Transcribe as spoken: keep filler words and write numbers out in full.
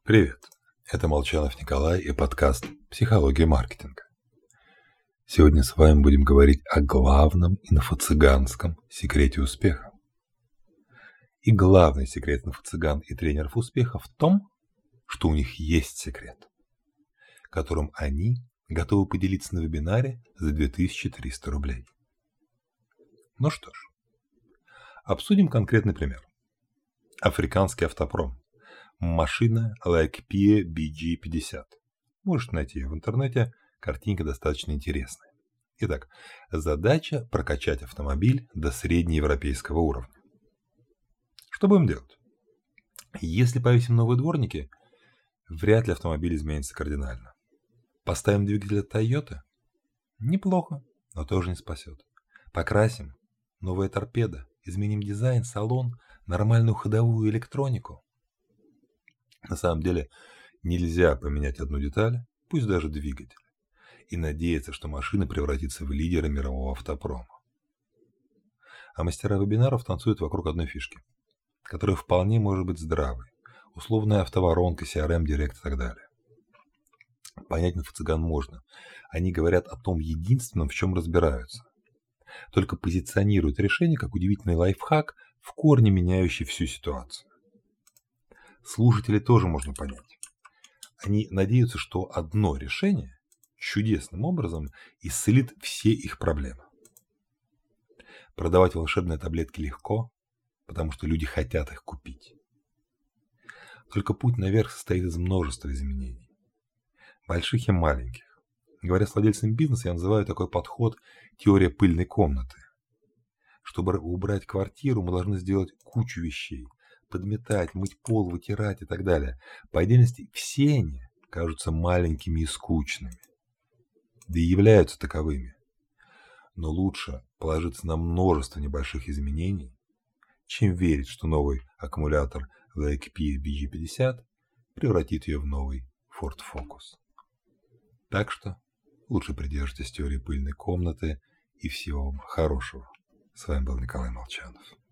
Привет, это Молчанов Николай и подкаст «Психология маркетинга». Сегодня с вами будем говорить о главном инфо-цыганском секрете успеха. И главный секрет инфо-цыган и тренеров успеха в том, что у них есть секрет, которым они готовы поделиться на вебинаре за две тысячи триста рублей. Ну что ж, обсудим конкретный пример. Африканский автопром. Машина Laikpia би джи пятьдесят. Можете найти ее в интернете, картинка достаточно интересная. Итак, задача прокачать автомобиль до среднеевропейского уровня. Что будем делать? Если повесим новые дворники, вряд ли автомобиль изменится кардинально. Поставим двигатель от Toyota? Неплохо, но тоже не спасет. Покрасим? Новая торпеда. Изменим дизайн, салон, нормальную ходовую электронику. На самом деле нельзя поменять одну деталь, пусть даже двигатель, и надеяться, что машина превратится в лидера мирового автопрома. А мастера вебинаров танцуют вокруг одной фишки, которая вполне может быть здравой, условная автоворонка, си ар эм, Директ и так далее. Понять инфо-цыган можно. Они говорят о том единственном, в чем разбираются. Только позиционируют решение как удивительный лайфхак, в корне меняющий всю ситуацию. Слушателей тоже можно понять. Они надеются, что одно решение чудесным образом исцелит все их проблемы. Продавать волшебные таблетки легко, потому что люди хотят их купить. Только путь наверх состоит из множества изменений. Больших и маленьких. Говоря с владельцами бизнеса, я называю такой подход теория пыльной комнаты. Чтобы убрать квартиру, мы должны сделать кучу вещей. Подметать, мыть пол, вытирать и так далее. По отдельности все они кажутся маленькими и скучными. Да и являются таковыми. Но лучше положиться на множество небольших изменений, чем верить, что новый аккумулятор Laikpia би джи пятьдесят превратит ее в новый Ford Focus. Так что лучше придерживайтесь теории пыльной комнаты и всего вам хорошего. С вами был Николай Молчанов.